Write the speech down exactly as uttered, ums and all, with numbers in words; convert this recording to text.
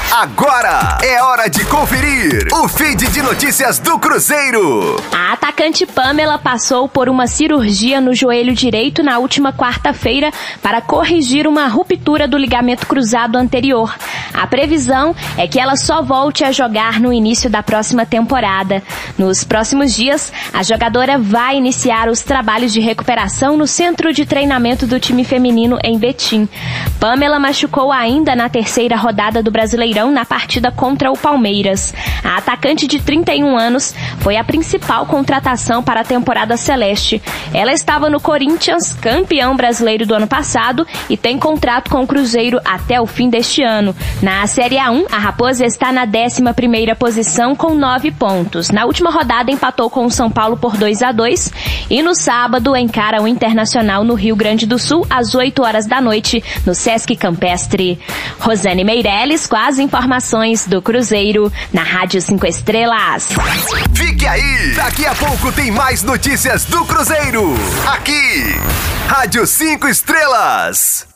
Agora é hora de conferir o feed de notícias do Cruzeiro. A atacante Pamela passou por uma cirurgia no joelho direito na última quarta-feira para corrigir uma ruptura do ligamento cruzado anterior. A previsão é que ela só volte a jogar no início da próxima temporada. Nos próximos dias, a jogadora vai iniciar os trabalhos de recuperação no centro de treinamento do time feminino em Betim. Pamela machucou ainda na terceira rodada do Brasileirão na partida contra o Palmeiras. A atacante de trinta e um anos foi a principal contratação para a temporada celeste. Ela estava no Corinthians, campeão brasileiro do ano passado, e tem contrato com o Cruzeiro até o fim deste ano. Na Série A um, a Raposa está na décima primeira posição com nove pontos. Na última rodada empatou com o São Paulo por dois a dois e no sábado encara o Internacional no Rio Grande do Sul às oito horas da noite no Sesc Campestre. Rosane Meirelles com as informações do Cruzeiro na Rádio cinco Estrelas. Fique aí! Daqui a pouco tem mais notícias do Cruzeiro. Aqui, Rádio cinco Estrelas.